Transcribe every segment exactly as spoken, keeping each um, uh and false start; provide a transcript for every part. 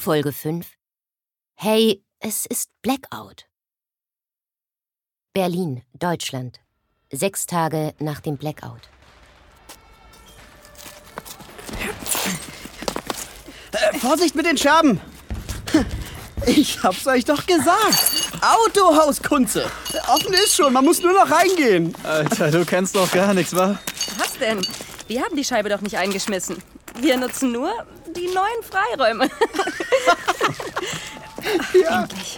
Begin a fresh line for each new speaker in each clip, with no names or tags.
Folge fünf. Hey, es ist Blackout. Berlin, Deutschland. Sechs Tage nach dem Blackout.
Äh, Vorsicht mit den Scherben! Ich hab's euch doch gesagt. Autohauskunze. Offen ist schon, man muss nur noch reingehen.
Alter, du kennst doch gar nichts, wa?
Was denn? Wir haben die Scheibe doch nicht eingeschmissen. Wir nutzen nur die neuen Freiräume.
Ja.
Endlich.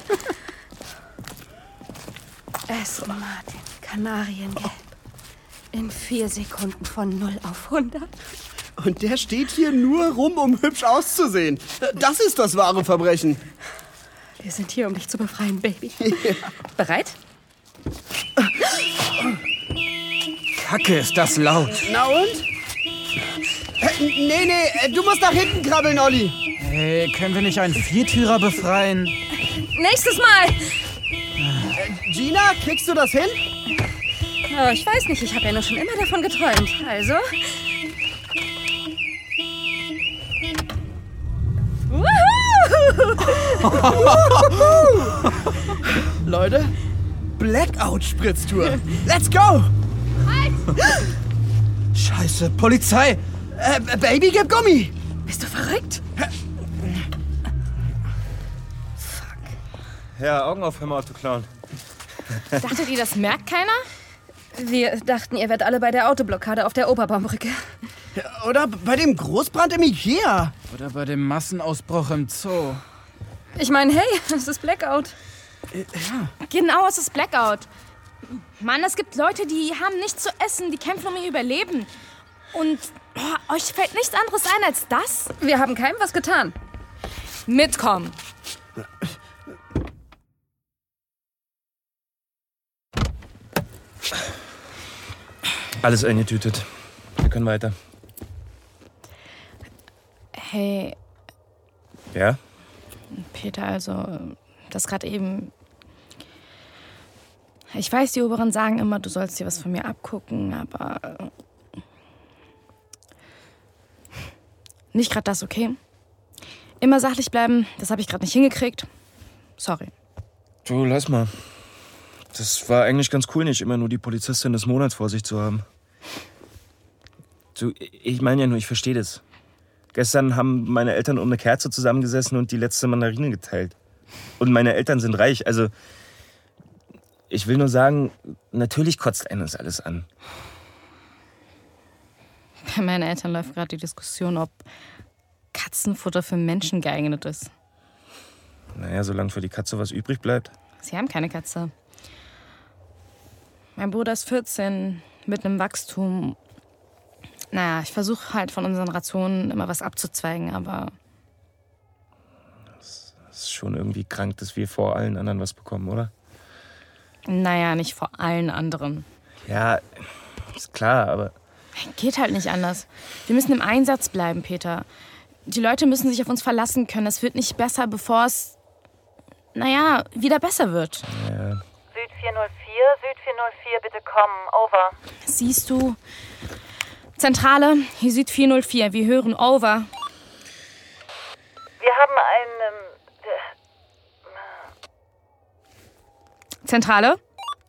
Aston Martin, Kanariengelb. In vier Sekunden von null auf hundert.
Und der steht hier nur rum, um hübsch auszusehen. Das ist das wahre Verbrechen.
Wir sind hier, um dich zu befreien, Baby.
Ja.
Bereit?
Kacke, ist das laut.
Na und? Äh, nee, nee, du musst nach hinten krabbeln, Olli.
Hey, können wir nicht einen Viertürer befreien?
Nächstes Mal!
Äh, Gina, kriegst du das hin?
Oh, ich weiß nicht, ich habe ja nur schon immer davon geträumt. Also...
Leute, Blackout-Spritztour. Let's go!
Scheiße, Polizei!
Äh, Baby, gib Gummi!
Bist du verrückt?
Ja, Augen auf, hör mal auf zu klauen.
Dachtet ihr, das merkt keiner?
Wir dachten, ihr wärt alle bei der Autoblockade auf der Oberbaumbrücke.
Oder bei dem Großbrand im Ikea.
Oder bei dem Massenausbruch im Zoo.
Ich meine, hey, es ist Blackout.
Genau, es ist Blackout. Mann, es gibt Leute, die haben nichts zu essen, die kämpfen um ihr Überleben. Und oh, euch fällt nichts anderes ein als das?
Wir haben keinem was getan.
Mitkommen.
Alles eingetütet. Wir können weiter.
Hey,
Ja?
Peter, also, das gerade eben... Ich weiß, die Oberen sagen immer, du sollst dir was von mir abgucken, aber... Nicht gerade das, okay? Immer sachlich bleiben, das habe ich gerade nicht hingekriegt. Sorry.
Du, lass mal. Das war eigentlich ganz cool, nicht immer nur die Polizistin des Monats vor sich zu haben. Du, ich meine ja nur, ich verstehe das. Gestern haben meine Eltern um eine Kerze zusammengesessen und die letzte Mandarine geteilt. Und meine Eltern sind reich, also... Ich will nur sagen, natürlich kotzt einen das alles an.
Bei meinen Eltern läuft gerade die Diskussion, ob Katzenfutter für Menschen geeignet ist.
Naja, solange für die Katze was übrig bleibt.
Sie haben keine Katze. Mein Bruder ist vierzehn, mit einem Wachstum. Naja, ich versuche halt von unseren Rationen immer was abzuzweigen, aber...
Das ist schon irgendwie krank, dass wir vor allen anderen was bekommen, oder?
Naja, nicht vor allen anderen.
Ja, ist klar, aber...
Geht halt nicht anders. Wir müssen im Einsatz bleiben, Peter. Die Leute müssen sich auf uns verlassen können. Es wird nicht besser, bevor es, naja, wieder besser wird.
Ja.
Süd vier null vier, Süd vier null vier, bitte kommen, over.
Siehst du? Zentrale, hier Süd vier null vier, wir hören, over.
Wir haben einen... Ähm,
Zentrale?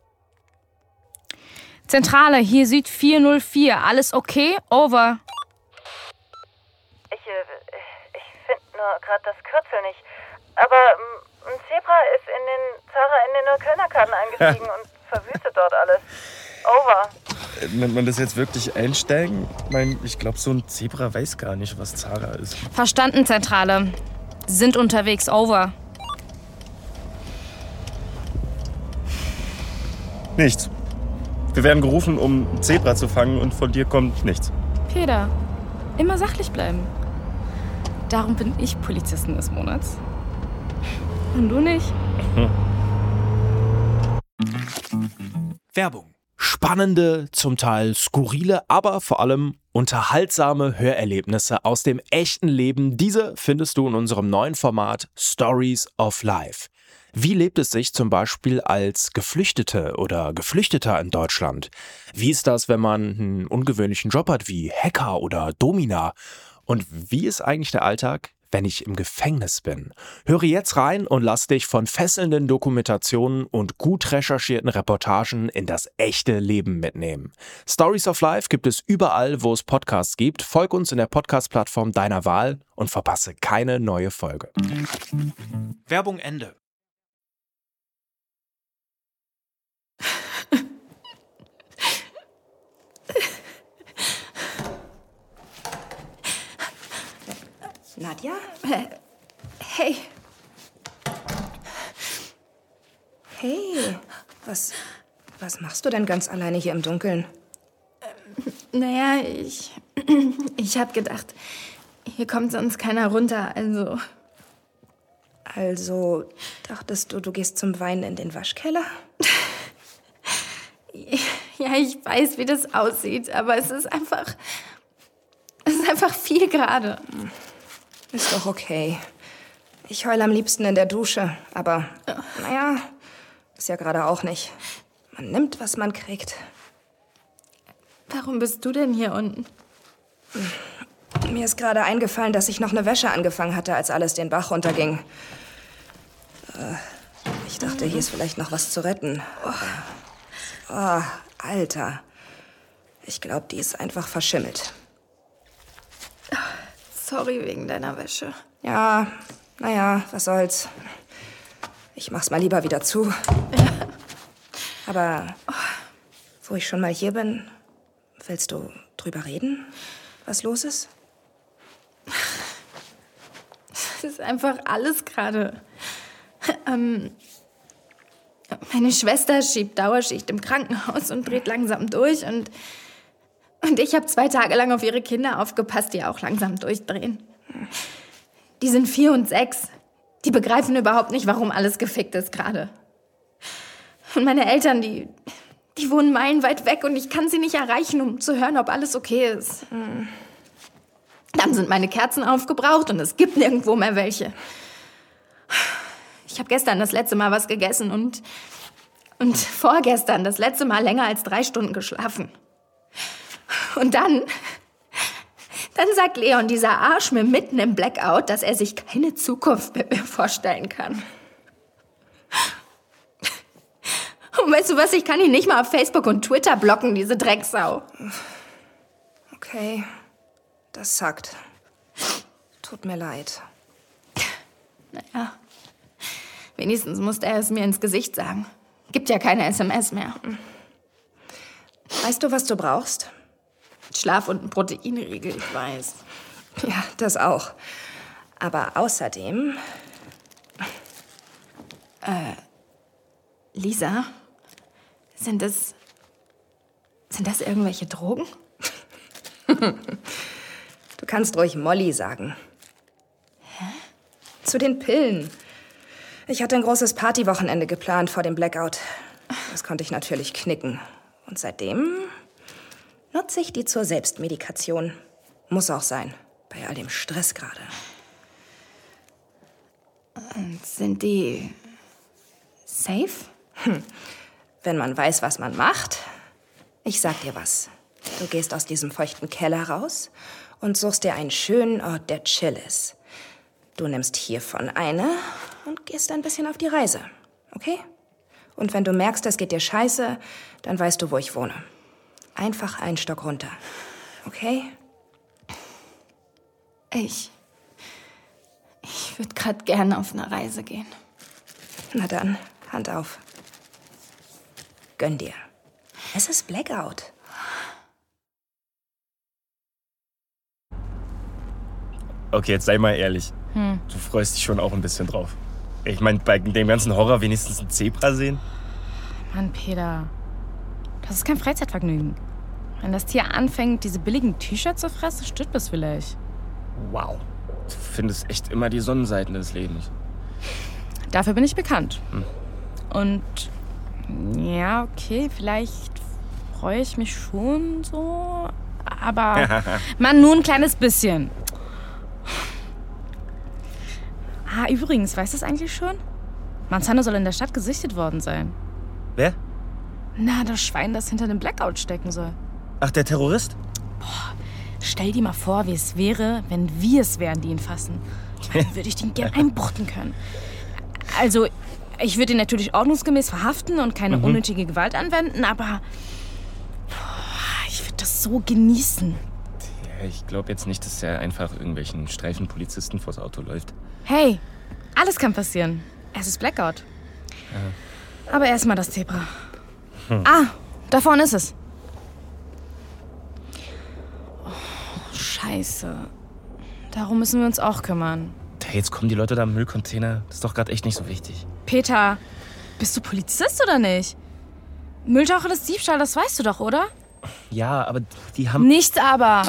Zentrale, hier Süd vier null vier, alles okay? Over.
ich äh, ich finde nur gerade das Kürzel nicht. Aber ähm, ein Zebra ist in den Zara in den Neuköllner Karten eingestiegen und verwüstet dort alles. Over.
Nennt man das jetzt wirklich einsteigen? Ich meine, ich glaube, so ein Zebra weiß gar nicht, was Zara ist.
Verstanden, Zentrale. Sind unterwegs, over.
Nichts. Wir werden gerufen, um ein Zebra zu fangen und von dir kommt nichts.
Peter, immer sachlich bleiben. Darum bin ich Polizistin des Monats. Und du nicht?
Werbung. Spannende, zum Teil skurrile, aber vor allem unterhaltsame Hörerlebnisse aus dem echten Leben. Diese findest du in unserem neuen Format Stories of Life. Wie lebt es sich zum Beispiel als Geflüchtete oder Geflüchteter in Deutschland? Wie ist das, wenn man einen ungewöhnlichen Job hat wie Hacker oder Domina? Und wie ist eigentlich der Alltag, wenn ich im Gefängnis bin? Höre jetzt rein und lass dich von fesselnden Dokumentationen und gut recherchierten Reportagen in das echte Leben mitnehmen. Stories of Life gibt es überall, wo es Podcasts gibt. Folg uns in der Podcast-Plattform deiner Wahl und verpasse keine neue Folge. Werbung Ende.
Nadja?
Äh, hey.
Hey, was, was machst du denn ganz alleine hier im Dunkeln?
Ähm, naja, ich, ich hab gedacht, hier kommt sonst keiner runter, also...
Also, dachtest du, du gehst zum Weinen in den Waschkeller?
Ja, ich weiß, wie das aussieht, aber es ist einfach... Es ist einfach viel gerade.
Ist doch okay. Ich heule am liebsten in der Dusche. Aber, naja, ist ja gerade auch nicht. Man nimmt, was man kriegt.
Warum bist du denn hier unten?
Mir ist gerade eingefallen, dass ich noch eine Wäsche angefangen hatte, als alles den Bach runterging. Ich dachte, hier ist vielleicht noch was zu retten. Oh, Alter. Ich glaube, die ist einfach verschimmelt.
Sorry wegen deiner Wäsche.
Ja, naja, was soll's. Ich mach's mal lieber wieder zu.
Ja.
Aber wo ich schon mal hier bin, willst du drüber reden, was los ist?
Es ist einfach alles gerade. Ähm, meine Schwester schiebt Dauerschicht im Krankenhaus und dreht langsam durch und... Und ich habe zwei Tage lang auf ihre Kinder aufgepasst, die auch langsam durchdrehen. Die sind vier und sechs. Die begreifen überhaupt nicht, warum alles gefickt ist gerade. Und meine Eltern, die, die wohnen meilenweit weg und ich kann sie nicht erreichen, um zu hören, ob alles okay ist. Dann sind meine Kerzen aufgebraucht und es gibt nirgendwo mehr welche. Ich habe gestern das letzte Mal was gegessen und, und vorgestern das letzte Mal länger als drei Stunden geschlafen. Und dann, dann sagt Leon, dieser Arsch, mir mitten im Blackout, dass er sich keine Zukunft mit mir vorstellen kann. Und weißt du was, ich kann ihn nicht mal auf Facebook und Twitter blocken, diese Drecksau.
Okay, das sackt. Tut mir leid.
Naja, wenigstens musste er es mir ins Gesicht sagen. Gibt ja keine S M S mehr.
Weißt du, was du brauchst?
Schlaf und ein Proteinriegel, ich weiß.
Ja, das auch. Aber außerdem...
Äh, Lisa, sind das... Sind das irgendwelche Drogen?
Du kannst ruhig Molly sagen.
Hä?
Zu den Pillen. Ich hatte ein großes Partywochenende geplant vor dem Blackout. Das konnte ich natürlich knicken. Und seitdem nutze ich die zur Selbstmedikation. Muss auch sein, bei all dem Stress gerade.
Und sind die safe?
Hm. Wenn man weiß, was man macht. Ich sag dir was. Du gehst aus diesem feuchten Keller raus und suchst dir einen schönen Ort, der chill ist. Du nimmst hiervon eine und gehst ein bisschen auf die Reise. Okay? Und wenn du merkst, es geht dir scheiße, dann weißt du, wo ich wohne. Einfach einen Stock runter. Okay?
Ich... Ich würde gerade gerne auf eine Reise gehen.
Na dann, Hand auf. Gönn dir. Es ist Blackout.
Okay, jetzt sei mal ehrlich. Hm. Du freust dich schon auch ein bisschen drauf. Ich meine, bei dem ganzen Horror wenigstens ein Zebra sehen?
Mann, Peter. Das ist kein Freizeitvergnügen. Wenn das Tier anfängt, diese billigen T-Shirts zu fressen, stirbt es vielleicht.
Wow. Du findest echt immer die Sonnenseiten des Lebens.
Dafür bin ich bekannt.
Hm.
Und ja, okay, vielleicht freue ich mich schon so. Aber Mann, nur ein kleines bisschen. Ah, übrigens, weißt du es eigentlich schon? Manzano soll in der Stadt gesichtet worden sein.
Wer?
Na, das Schwein, das hinter dem Blackout stecken soll.
Ach, der Terrorist?
Boah, stell dir mal vor, wie es wäre, wenn wir es wären, die ihn fassen. dann würde ich den gern einbuchten können. Also, ich würde ihn natürlich ordnungsgemäß verhaften und keine mhm. unnötige Gewalt anwenden, aber boah, ich würde das so genießen.
Ja, ich glaube jetzt nicht, dass er einfach irgendwelchen Streifenpolizisten vors Auto läuft.
Hey, alles kann passieren. Es ist Blackout. Ja. Aber erstmal das Zebra. Hm. Ah, da vorne ist es. Oh, Scheiße. Darum müssen wir uns auch kümmern.
Hey, jetzt kommen die Leute da im Müllcontainer. Das ist doch gerade echt nicht so wichtig.
Peter, bist du Polizist oder nicht? Mülltauchen ist Diebstahl, das weißt du doch, oder?
Ja, aber die haben...
Nichts aber.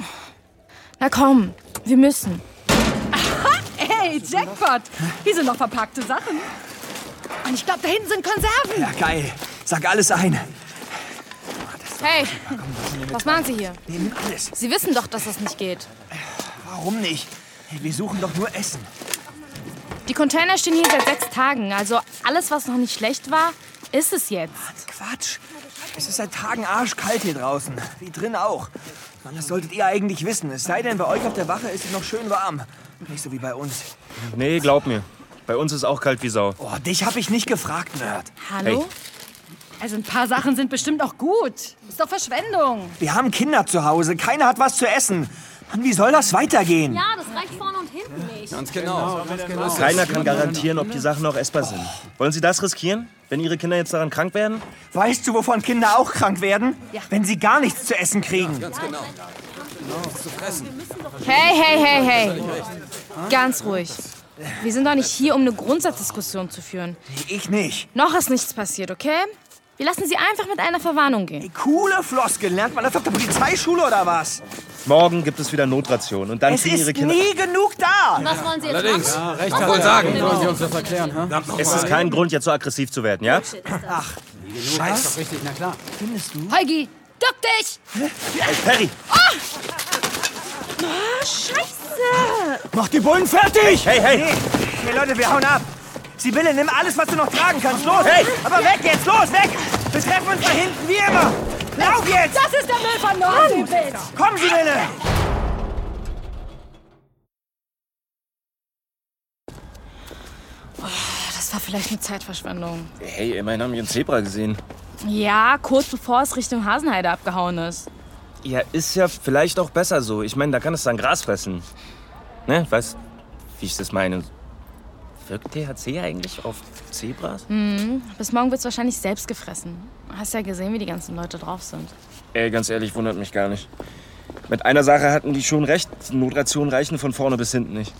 Na komm, wir müssen.
Aha, hey, Jackpot. Hier sind noch verpackte Sachen. Und ich glaube, da hinten sind Konserven.
Ja, geil. Sag alles ein.
Hey, was machen Sie hier?
Wir nehmen alles.
Sie wissen doch, dass das nicht geht.
Warum nicht? Wir suchen doch nur Essen.
Die Container stehen hier seit sechs Tagen. Also alles, was noch nicht schlecht war, ist es jetzt.
Quatsch. Es ist seit Tagen arschkalt hier draußen. Wie drin auch. Mann, das solltet ihr eigentlich wissen. Es sei denn, bei euch auf der Wache ist es noch schön warm. Nicht so wie bei uns.
Nee, glaub mir. Bei uns ist auch kalt wie Sau.
Oh, dich hab ich nicht gefragt, Nerd.
Hallo?
Hey.
Also ein paar Sachen sind bestimmt auch gut. Ist doch Verschwendung.
Wir haben Kinder zu Hause. Keiner hat was zu essen. Mann, wie soll das weitergehen?
Ja, das reicht vorne und hinten nicht.
Ganz genau. Ganz genau.
Keiner kann garantieren, ob die Sachen noch essbar sind. Wollen Sie das riskieren, wenn Ihre Kinder jetzt daran krank werden?
Weißt du, wovon Kinder auch krank werden? Ja. Wenn sie gar nichts zu essen kriegen. Ja,
ganz genau. Genau, zu fressen.
Hey, hey, hey, hey. Ganz ruhig. Wir sind doch nicht hier, um eine Grundsatzdiskussion zu führen.
Nee, ich nicht.
Noch ist nichts passiert, okay? Wir lassen Sie einfach mit einer Verwarnung gehen.
Ey, coole Floskel. Lernt man das auf der Polizeischule oder was?
Morgen gibt es wieder Notration und dann
es
kriegen Ihre Kinder...
Es ist nie genug da.
Und was wollen Sie jetzt
Allerdings.
machen?
Ja, recht hat wohl sagen. Genau. Wollen Sie uns das erklären? Ha?
Es ist kein Grund, jetzt so aggressiv zu werden, ja?
Ach,
Scheiße. Ist doch richtig, na klar.
Findest du?
Heugi, duck dich!
Hey, Perry!
Oh! Oh, Scheiße!
Mach die Bullen fertig!
Hey, hey!
Nee. Hey, Leute, wir hauen ab. Sibylle, nimm alles, was du noch tragen kannst. Los! Hey! Aber weg jetzt! Los, weg! Wir treffen uns da hinten, wie immer! Lauf jetzt!
Das ist der Müll von Nordsee,
Komm, Sibylle!
Oh, das war vielleicht eine Zeitverschwendung.
Hey, immerhin haben wir einen Zebra gesehen.
Ja, kurz bevor es Richtung Hasenheide abgehauen ist.
Ja, ist ja vielleicht auch besser so. Ich meine, da kann es dann Gras fressen. Ne, weißt, wie ich das meine? Wirkt T H C eigentlich auf Zebras?
Mhm. Bis morgen wird es wahrscheinlich selbst gefressen. Hast ja gesehen, wie die ganzen Leute drauf sind.
Ey, ganz ehrlich, wundert mich gar nicht. Mit einer Sache hatten die schon recht. Notrationen reichen von vorne bis hinten nicht.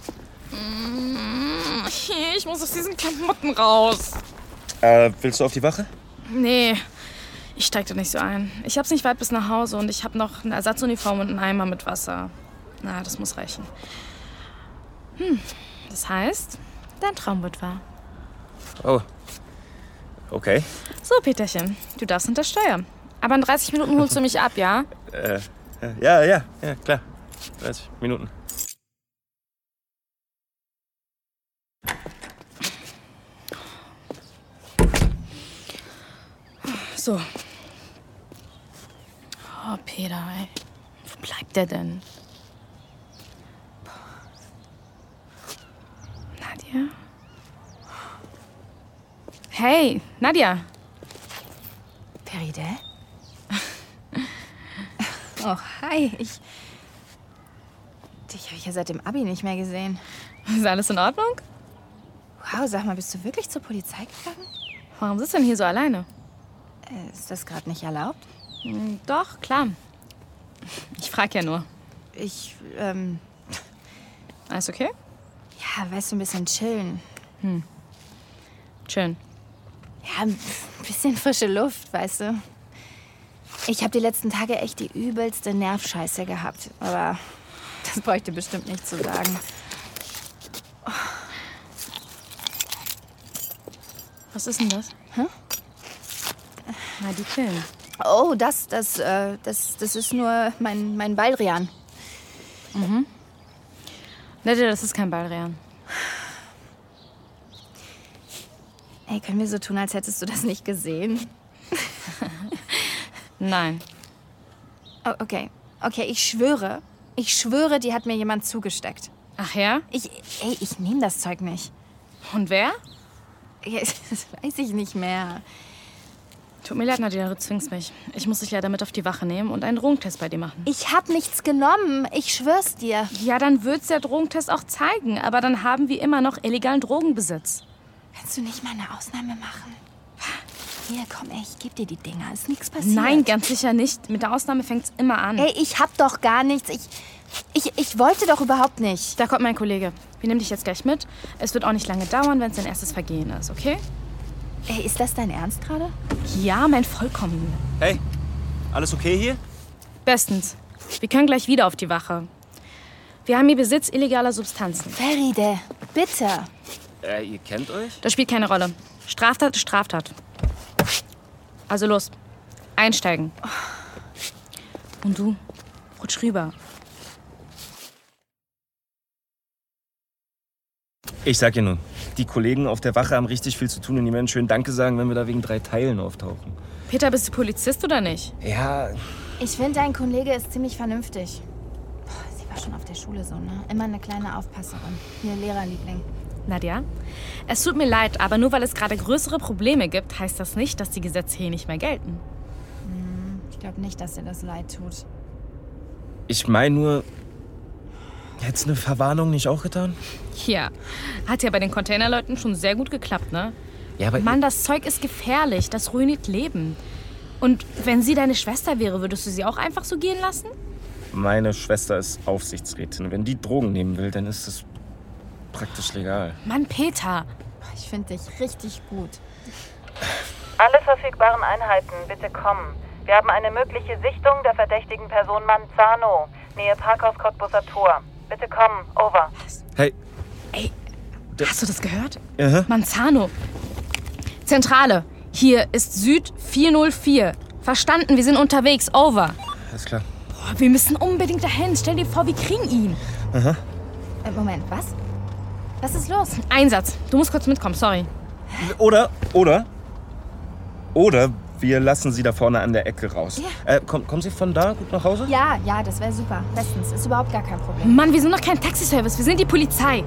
Ich muss aus diesen Klamotten raus.
Äh, willst du auf die Wache?
Nee, ich steig da nicht so ein. Ich hab's nicht weit bis nach Hause und ich hab noch eine Ersatzuniform und einen Eimer mit Wasser. Na, das muss reichen. Hm, das heißt, dein Traum wird wahr.
Oh, okay.
So, Peterchen, du darfst hinter Steuer. Aber in dreißig Minuten holst du mich ab, ja?
Äh, ja, ja, ja, klar. dreißig Minuten.
So. Oh, Peter, ey. Wo bleibt der denn? Nadja? Hey, Nadja.
Peride? Oh, hi. Ich. Dich habe ich ja seit dem Abi nicht mehr gesehen.
Ist alles in Ordnung?
Wow, sag mal, bist du wirklich zur Polizei gegangen?
Warum sitzt du denn hier so alleine?
Äh, ist das gerade nicht erlaubt?
Hm, doch, klar. Ich frag ja nur.
Ich, ähm.
Alles okay?
Ja, weißt du, ein bisschen chillen.
Hm. Schön.
Ja, ein bisschen frische Luft, weißt du. Ich habe die letzten Tage echt die übelste Nervscheiße gehabt. Aber das bräuchte bestimmt nicht zu sagen. Oh.
Was ist denn das?
Hä?
Na, die Pillen.
Oh, das, das, äh, das, das ist nur mein, mein Baldrian.
Mhm. Nadja, das ist kein Baldrian.
Ey, können wir so tun, als hättest du das nicht gesehen?
Nein.
Oh, okay. Okay, ich schwöre, ich schwöre, die hat mir jemand zugesteckt.
Ach ja?
Ich, ey, ich nehme das Zeug nicht.
Und wer?
Ja, das weiß ich nicht mehr.
Tut mir leid, Nadia, du zwingst mich. Ich muss dich leider mit auf die Wache nehmen und einen Drogentest bei dir machen.
Ich hab nichts genommen. Ich schwör's dir.
Ja, dann wird's der Drogentest auch zeigen. Aber dann haben wir immer noch illegalen Drogenbesitz.
Kannst du nicht mal eine Ausnahme machen? Hier, komm, ey, ich geb dir die Dinger. Ist nichts passiert.
Nein, ganz sicher nicht. Mit der Ausnahme fängt's immer an.
Ey, ich hab doch gar nichts. Ich, ich, ich wollte doch überhaupt nicht.
Da kommt mein Kollege. Wir nehmen dich jetzt gleich mit. Es wird auch nicht lange dauern, wenn es dein erstes Vergehen ist, okay?
Ey, ist das dein Ernst gerade?
Ja, mein vollkommen.
Hey, alles okay hier?
Bestens. Wir können gleich wieder auf die Wache. Wir haben hier Besitz illegaler Substanzen.
Feride, bitte.
Äh, ihr kennt euch?
Das spielt keine Rolle. Straftat ist Straftat. Also los, einsteigen. Und du, rutsch rüber.
Ich sag dir nun, die Kollegen auf der Wache haben richtig viel zu tun und die werden schön Danke sagen, wenn wir da wegen drei Teilen auftauchen.
Peter, bist du Polizist oder nicht?
Ja.
Ich finde, dein Kollege ist ziemlich vernünftig. Boah, sie war schon auf der Schule so, ne? Immer eine kleine Aufpasserin. Ihr Lehrerliebling.
Nadja, es tut mir leid, aber nur weil es gerade größere Probleme gibt, heißt das nicht, dass die Gesetze hier nicht mehr gelten.
Hm, ich glaube nicht, dass dir das leid tut.
Ich meine nur, hätt's eine Verwarnung nicht auch getan?
Ja, hat ja bei den Containerleuten schon sehr gut geklappt, ne?
Ja, aber...
Mann, das Zeug ist gefährlich, das ruiniert Leben. Und wenn sie deine Schwester wäre, würdest du sie auch einfach so gehen lassen?
Meine Schwester ist Aufsichtsrätin. Wenn die Drogen nehmen will, dann ist das praktisch legal.
Mann, Peter.
Ich finde dich richtig gut.
Alle verfügbaren Einheiten, bitte kommen. Wir haben eine mögliche Sichtung der verdächtigen Person Manzano, Nähe Parkhaus Cottbuser Tor. Bitte kommen, over.
Hey.
Ey, hast du das gehört?
Aha.
Manzano. Zentrale, hier ist Süd vier null vier. Verstanden, wir sind unterwegs, over.
Alles klar.
Boah, wir müssen unbedingt dahin. Stell dir vor, wir kriegen ihn.
Aha.
Äh, Moment, was? Was ist los?
Einsatz. Du musst kurz mitkommen, sorry.
Oder, oder, oder wir lassen sie da vorne an der Ecke raus.
Ja.
Äh, komm, kommen Sie von da gut nach Hause?
Ja, ja, das wäre super. Bestens. Ist überhaupt gar kein Problem.
Mann, wir sind doch kein Taxiservice. Wir sind die Polizei.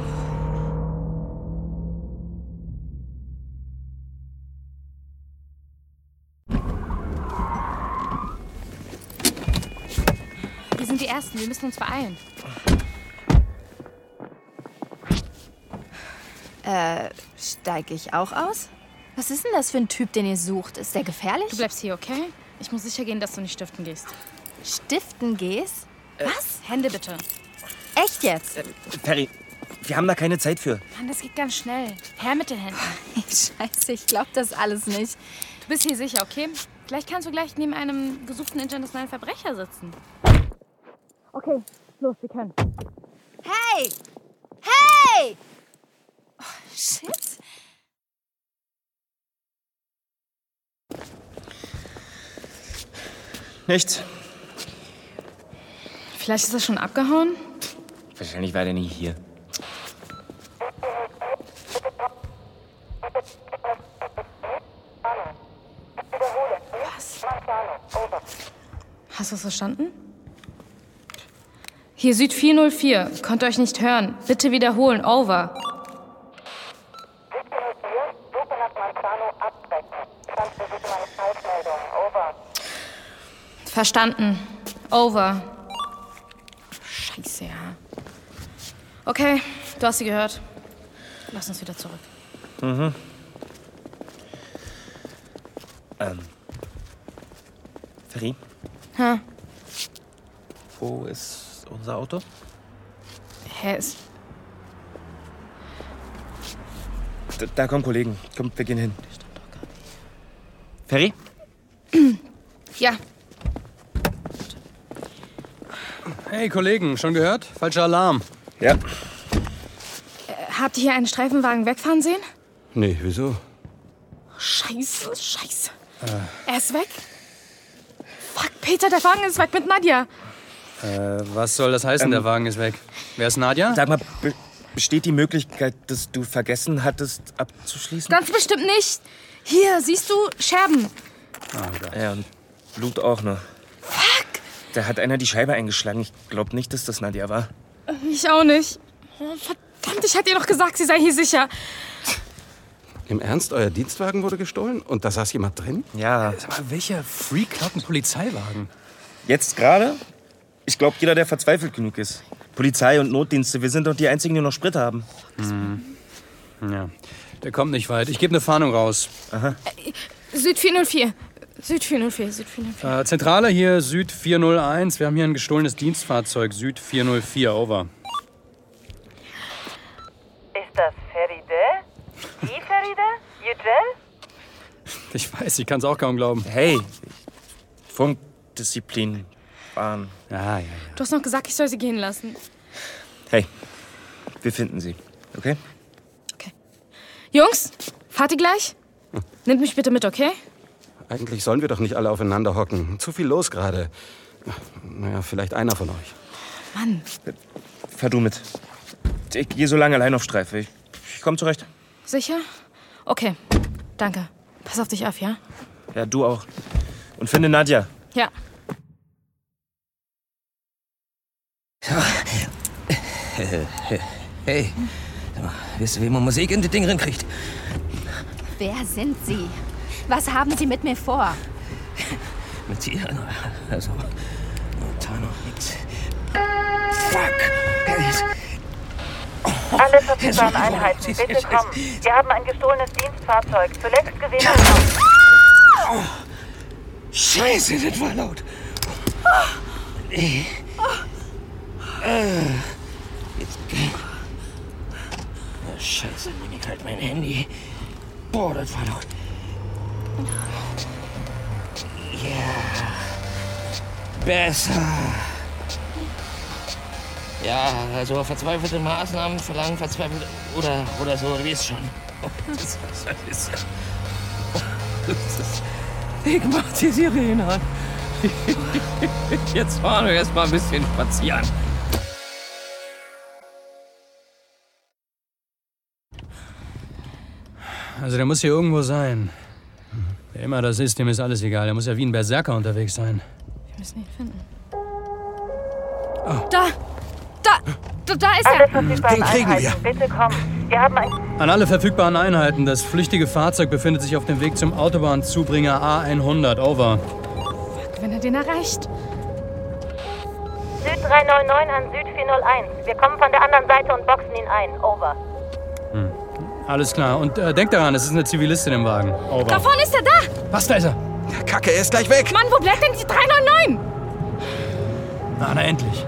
Wir sind die Ersten. Wir müssen uns beeilen.
Äh, steig ich auch aus? Was ist denn das für ein Typ, den ihr sucht? Ist der gefährlich?
Du bleibst hier, okay? Ich muss sicher gehen, dass du nicht stiften gehst.
Stiften gehst?
Äh, Was? Hände bitte.
Echt jetzt?
Äh, Ferry, wir haben da keine Zeit für.
Mann, das geht ganz schnell. Her mit den Händen.
Scheiße, ich glaub das alles nicht.
Du bist hier sicher, okay? Vielleicht kannst du gleich neben einem gesuchten internationalen Verbrecher sitzen. Okay, los, wir können.
Hey! Hey! Oh, shit.
Nichts.
Vielleicht ist er schon abgehauen?
Wahrscheinlich war der nie hier.
Was? Hast du es verstanden? Hier Süd vier null vier. Konnte euch nicht hören. Bitte wiederholen. Over. Verstanden. Over. Scheiße, ja. Okay, du hast sie gehört. Lass uns wieder zurück.
Mhm. Ähm. Ferry?
Hä?
Wo ist unser Auto?
Hä, ist...
Da, da kommen Kollegen. Komm, wir gehen hin. Ferry?
Ja.
Hey, Kollegen, schon gehört? Falscher Alarm.
Ja.
Äh, habt ihr hier einen Streifenwagen wegfahren sehen?
Nee, wieso?
Scheiße, scheiße. Äh. Er ist weg? Fuck, Peter, der Wagen ist weg mit Nadja.
Äh, was soll das heißen,
Ähm,
der Wagen ist weg? Wer ist Nadja?
Sag mal, be besteht die Möglichkeit, dass du vergessen hattest, abzuschließen?
Ganz bestimmt nicht. Hier, siehst du, Scherben.
Ah,
ja, und Blut auch noch.
Fuck.
Da hat einer die Scheibe eingeschlagen. Ich glaube nicht, dass das Nadja war.
Ich auch nicht. Oh, verdammt, ich hatte ihr doch gesagt, sie sei hier sicher.
Im Ernst? Euer Dienstwagen wurde gestohlen? Und da saß jemand drin?
Ja.
Sag mal, welcher Freak klaut einen Polizeiwagen?
Jetzt gerade? Ich glaube, jeder, der verzweifelt genug ist. Polizei und Notdienste, wir sind doch die Einzigen, die noch Sprit haben.
Hm. Ja, der kommt nicht weit. Ich gebe eine Fahndung raus.
Aha.
Süd vier null vier. Süd vier null vier, Süd vier null vier.
Äh, Zentrale hier, Süd vier null eins. Wir haben hier ein gestohlenes Dienstfahrzeug, Süd vier null vier, over.
Ist das Feride? Die Feride? Yücel?
Ich weiß, ich kann es auch kaum glauben.
Hey, Funkdisziplin fahren.
Ja, ja, ja.
Du hast noch gesagt, ich soll sie gehen lassen.
Hey, wir finden sie, okay?
Jungs, fahrt ihr gleich? Nehmt mich bitte mit, okay?
Eigentlich sollen wir doch nicht alle aufeinander hocken. Zu viel los gerade. Naja, vielleicht einer von euch.
Mann.
Fahr du mit. Ich gehe so lange allein auf Streife. Ich, ich komm zurecht.
Sicher? Okay, danke. Pass auf dich auf, ja?
Ja, du auch. Und finde Nadja.
Ja.
Hey, wisst ihr, wie man Musik in die Dinge kriegt?
Wer sind Sie? Was haben Sie mit mir vor?
Mit dir? Also, momentan noch nichts. Fuck!
Alle verfügbaren Einheiten, bitte kommen. Wir haben ein gestohlenes Dienstfahrzeug. Zuletzt gesehen.
Oh, Scheiße, das war laut. Äh, jetzt. Oh, Scheiße, Mann, ich halt mein Handy. Boah, das war laut. Ja. Besser. Ja, also verzweifelte Maßnahmen verlangen verzweifelte. Oder, oder so, du weißt schon. Oh, das, das ist ja. Oh, das ist, ich mach die Sirene an. Jetzt fahren wir erst mal ein bisschen spazieren.
Also der muss hier irgendwo sein. Wer immer das ist, dem ist alles egal. Der muss ja wie ein Berserker unterwegs sein.
Wir müssen ihn finden.
Oh.
Da! Da! Da, da ist
Alle
er!
verfügbaren Einheiten, bitte kommen. Wir haben ein...
An alle verfügbaren Einheiten. Das flüchtige Fahrzeug befindet sich auf dem Weg zum Autobahnzubringer A hundert. Over.
Fuck, wenn er den erreicht.
Süd drei neun neun an Süd vier null eins. Wir kommen von der anderen Seite und boxen ihn ein. Over.
Hm. Alles klar. Und äh, denkt daran, es ist eine Zivilistin im Wagen. Over.
Da vorne ist er, da!
Was, da ist er?
Kacke, er ist gleich weg.
Mann, wo bleibt denn die drei neun neun?
Na, na endlich.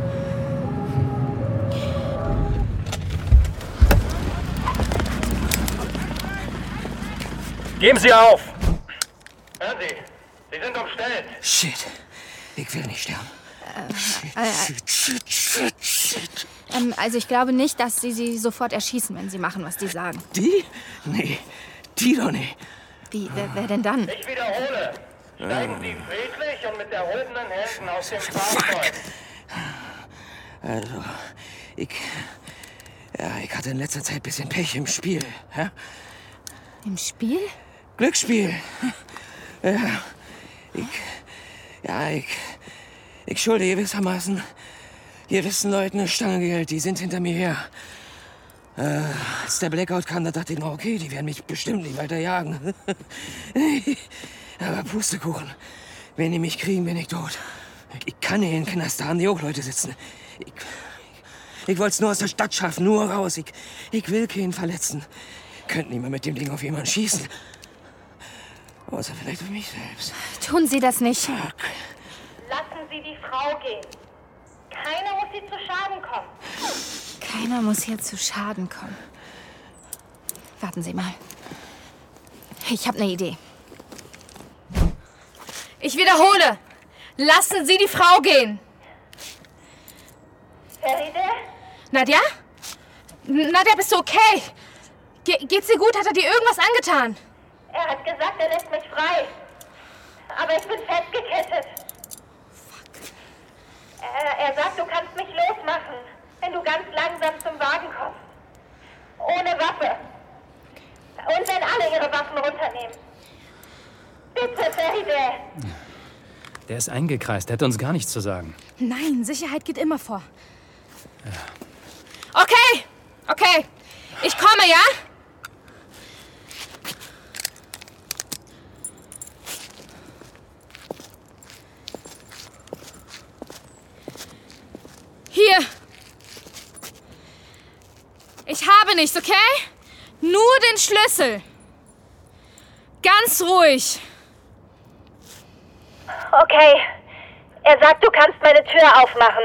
Geben Sie auf!
Hören Sie, Sie sind umstellt.
Shit, ich will nicht sterben.
Äh, äh,
Shit, shit, shit, shit.
Ähm, also ich glaube nicht, dass Sie sie sofort erschießen, wenn Sie machen, was die sagen.
Die? Nee, die doch nicht.
Wie, wer, wer denn dann?
Ich wiederhole. Steigen Sie friedlich und mit erhobenen Händen aus dem Fahrzeug.
Also, ich... Ja, ich hatte in letzter Zeit ein bisschen Pech im Spiel. Ja?
Im Spiel?
Glücksspiel. Ja, ich... Ja, ich... Ich schulde gewissermaßen gewissen Leuten eine Stange Geld. Die sind hinter mir her. Äh, als der Blackout kam, da dachte ich noch, okay, die werden mich bestimmt nicht weiter jagen. Aber Pustekuchen. Wenn die mich kriegen, bin ich tot. Ich kann nicht in den Knast, da haben die auch Leute sitzen. Ich, ich, ich wollte es nur aus der Stadt schaffen, nur raus. Ich, ich will keinen verletzen. Könnten nicht mehr mit dem Ding auf jemanden schießen. Außer vielleicht auf mich selbst.
Tun Sie das nicht.
Fuck.
Lassen Sie die Frau gehen. Keiner muss ihr zu Schaden kommen.
Keiner muss hier zu Schaden kommen. Warten Sie mal. Ich habe eine Idee.
Ich wiederhole. Lassen Sie die Frau gehen.
Feride?
Nadja? Nadja, bist du okay? Ge geht's dir gut? Hat er dir irgendwas angetan?
Er hat gesagt, er lässt mich frei. Aber ich bin festgekettet. Fuck. Er, er sagt, du kannst mich losmachen, wenn du ganz langsam zum Wagen kommst. Ohne Waffe. Und wenn alle ihre Waffen runternehmen. Bitte, Feride.
Der ist eingekreist. Der hat uns gar nichts zu sagen.
Nein, Sicherheit geht immer vor.
Ja.
Okay, okay. Ich komme, ja? Hier. Ich habe nichts, okay? Nur den Schlüssel. Ganz ruhig.
Okay. Er sagt, du kannst meine Tür aufmachen.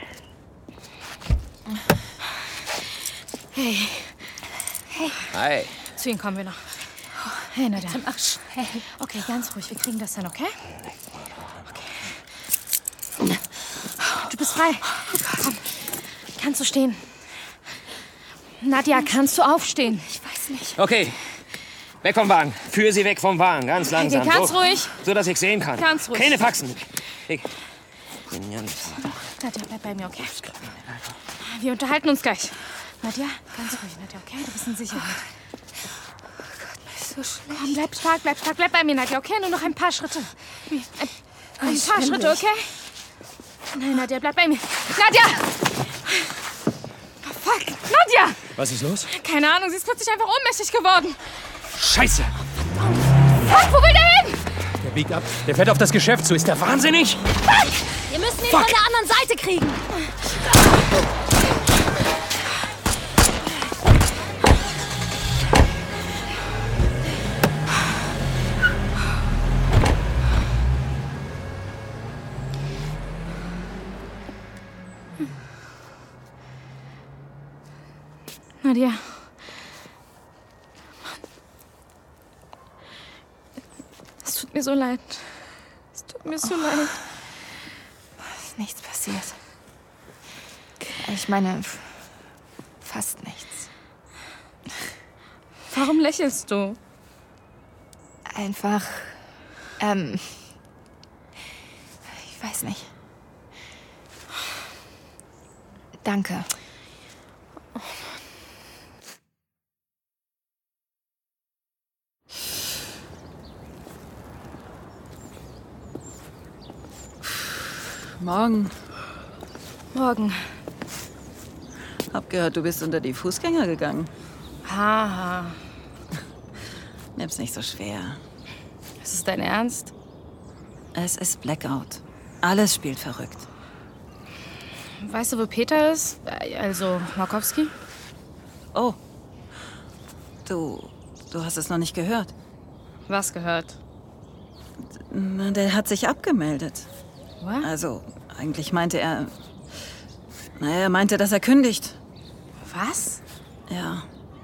Hey. Hey.
Hi.
Zu Ihnen kommen wir noch. Hey, Nadja. Ach, hey. Okay, ganz ruhig. Wir kriegen das hin, okay? Okay. Du bist frei. Komm. Kannst du stehen? Nadja, kannst du aufstehen? Ich weiß nicht.
Okay. Weg vom Wagen. Führ sie weg vom Wagen. Ganz langsam.
Okay, ganz
so,
ruhig.
So, dass ich sehen kann.
Ganz ruhig.
Keine Faxen. Ich
bin ganz... Nadja, bleib bei mir, okay? Wir unterhalten uns gleich. Nadja, ganz ruhig, Nadja, okay? Du bist in Sicherheit.
Oh Gott, mir ist so schlecht.
Komm, bleib stark, bleib stark, bleib bei mir, Nadja, okay? Nur noch ein paar Schritte. Ein, ein
Ich
paar
schwimmel.
Schritte, okay? Nein, Nadja, bleib bei mir. Nadja! Oh, fuck, Nadja!
Was ist los?
Keine Ahnung, sie ist plötzlich einfach ohnmächtig geworden.
Scheiße!
Fuck, wo will der hin?
Der biegt ab. Der fährt auf das Geschäft zu. Ist der wahnsinnig?
Fuck!
Wir müssen ihn
Fuck.
von der anderen Seite kriegen.
Nadja. Es tut mir so leid. Es tut mir so
Oh.
leid.
Ist nichts passiert. Ich meine, f- fast nichts.
Warum lächelst du?
Einfach, ähm, ich weiß nicht. Danke.
Morgen.
Morgen.
Hab gehört, du bist unter die Fußgänger gegangen.
Haha.
Nimm's nicht so schwer.
Ist es dein Ernst?
Es ist Blackout. Alles spielt verrückt.
Weißt du, wo Peter ist? Äh, Also Markowski?
Oh. Du. Du hast es noch nicht gehört.
Was gehört?
Na, der hat sich abgemeldet.
Was?
Also, eigentlich meinte er. Naja, er meinte, dass er kündigt.
Was?
Ja.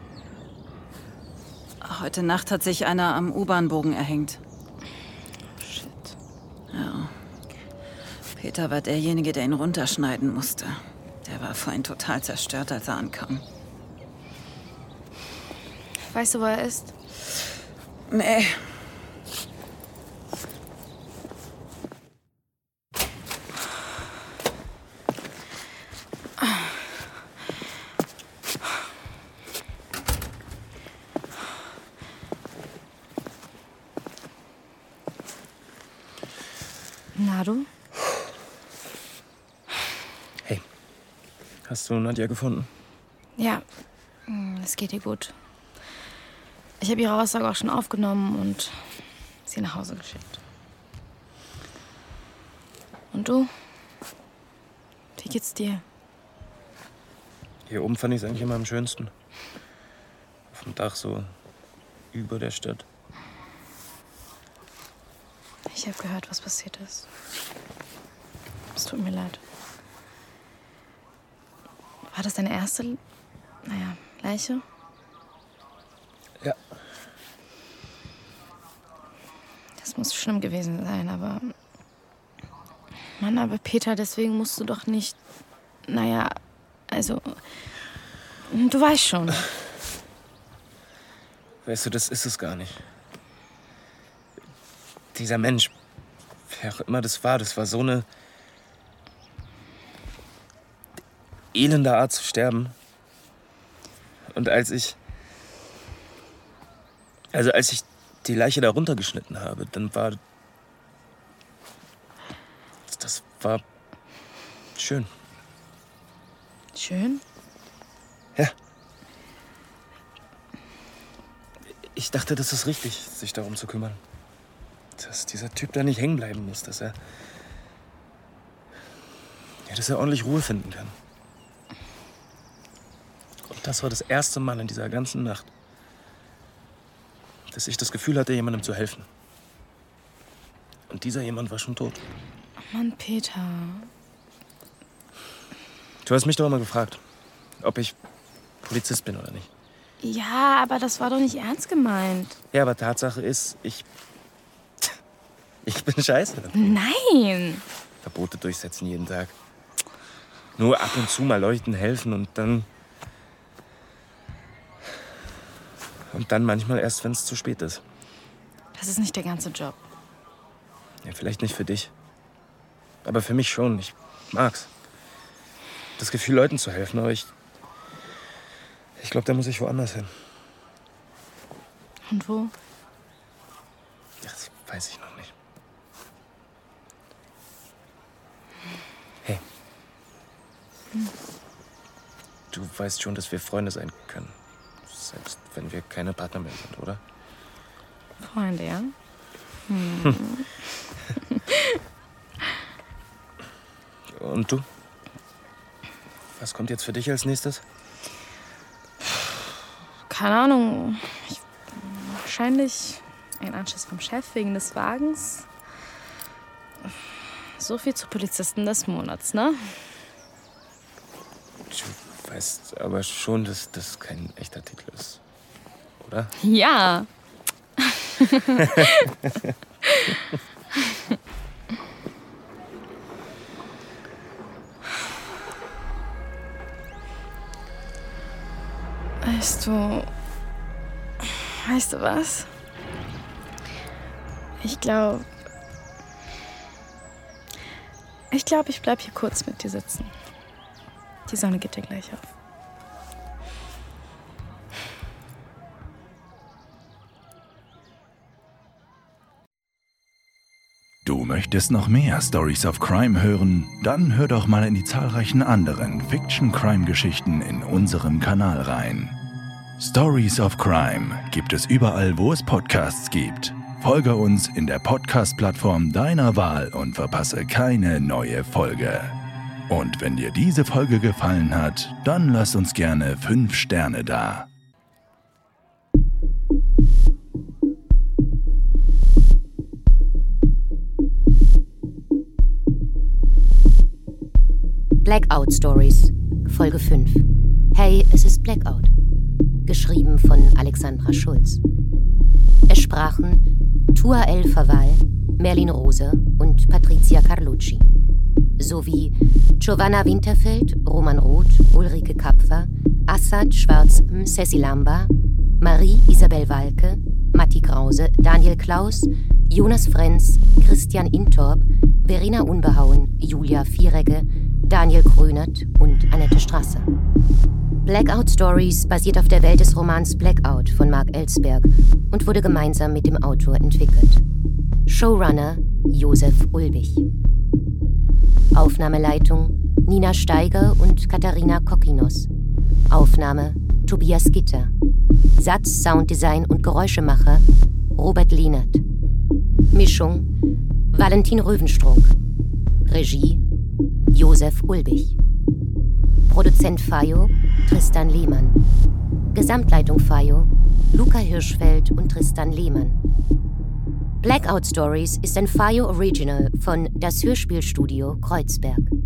Heute Nacht hat sich einer am U-Bahn-Bogen erhängt.
Shit.
Ja. Peter war derjenige, der ihn runterschneiden musste. Der war vorhin total zerstört, als er ankam.
Weißt du, wo er ist?
Nee.
Na du?
Hey, hast du Nadja gefunden?
Ja, es geht ihr gut. Ich habe ihre Aussage auch schon aufgenommen und sie nach Hause geschickt. Und du? Wie geht's dir?
Hier oben fand ich es eigentlich immer am schönsten. Auf dem Dach so über der Stadt.
Ich habe gehört, was passiert ist. Es tut mir leid. War das deine erste, naja, Leiche?
Ja.
Das muss schlimm gewesen sein, aber... Mann, aber Peter, deswegen musst du doch nicht... Naja, also... Du weißt schon.
Weißt du, das ist es gar nicht. Dieser Mensch, wer auch immer das war, das war so eine elende Art zu sterben. Und als ich, also als ich die Leiche da runtergeschnitten habe, dann war, das war schön.
Schön?
Ich dachte, das ist richtig, sich darum zu kümmern. Dass dieser Typ da nicht hängen bleiben muss, dass er... Ja, dass er ordentlich Ruhe finden kann. Und das war das erste Mal in dieser ganzen Nacht, dass ich das Gefühl hatte, jemandem zu helfen. Und dieser jemand war schon tot.
Oh Mann, Peter.
Du hast mich doch immer gefragt, ob ich Polizist bin oder nicht.
Ja, aber das war doch nicht ernst gemeint.
Ja, aber Tatsache ist, ich... Ich bin scheiße.
Nein.
Verbote durchsetzen jeden Tag. Nur ab und zu mal Leuten helfen und dann... Und dann manchmal erst, wenn es zu spät ist.
Das ist nicht der ganze Job.
Ja, vielleicht nicht für dich. Aber für mich schon. Ich mag's. Das Gefühl, Leuten zu helfen, aber ich... Ich glaube, da muss ich woanders hin.
Und wo?
Das weiß ich noch nicht. Hey.
Hm.
Du weißt schon, dass wir Freunde sein können. Selbst wenn wir keine Partner mehr sind, oder?
Freunde, ja? Hm.
Und du? Was kommt jetzt für dich als nächstes?
Keine Ahnung. Ich, wahrscheinlich ein Anschiss vom Chef wegen des Wagens. So viel zu Polizisten des Monats, ne?
Du weißt aber schon, dass das kein echter Titel ist, oder?
Ja. Weißt du, weißt du was? Ich glaube, ich glaube, ich bleib hier kurz mit dir sitzen. Die Sonne geht ja gleich auf.
Du möchtest noch mehr Stories of Crime hören? Dann hör doch mal in die zahlreichen anderen Fiction-Crime-Geschichten in unserem Kanal rein. Stories of Crime gibt es überall, wo es Podcasts gibt. Folge uns in der Podcast-Plattform deiner Wahl und verpasse keine neue Folge. Und wenn dir diese Folge gefallen hat, dann lass uns gerne fünf Sterne da.
Blackout Stories, Folge fünf. Hey, es ist Blackout. Geschrieben von Alexandra Schulz. Es sprachen Tua El Fawal, Merlin Rose und Patricia Carlucci. Sowie Giovanna Winterfeld, Roman Roth, Ulrike Kapfer, Assad Schwarz, Ceci Lamba, Marie Isabel Walke, Matti Krause, Daniel Klaus, Jonas Frenz, Christian Intorp, Verena Unbehauen, Julia Vierecke, Daniel Krönert und Annette Strasser. Blackout Stories basiert auf der Welt des Romans Blackout von Mark Ellsberg und wurde gemeinsam mit dem Autor entwickelt. Showrunner Josef Ulbich. Aufnahmeleitung Nina Steiger und Katharina Kokinos. Aufnahme Tobias Gitter. Satz, Sounddesign und Geräuschemacher Robert Lehnert. Mischung Valentin Röwenstrunk. Regie Josef Ulbich. Produzent Fayo Tristan Lehmann. Gesamtleitung Fayo Luca Hirschfeld und Tristan Lehmann. Blackout Stories ist ein Fayo Original von Das Hörspielstudio Kreuzberg.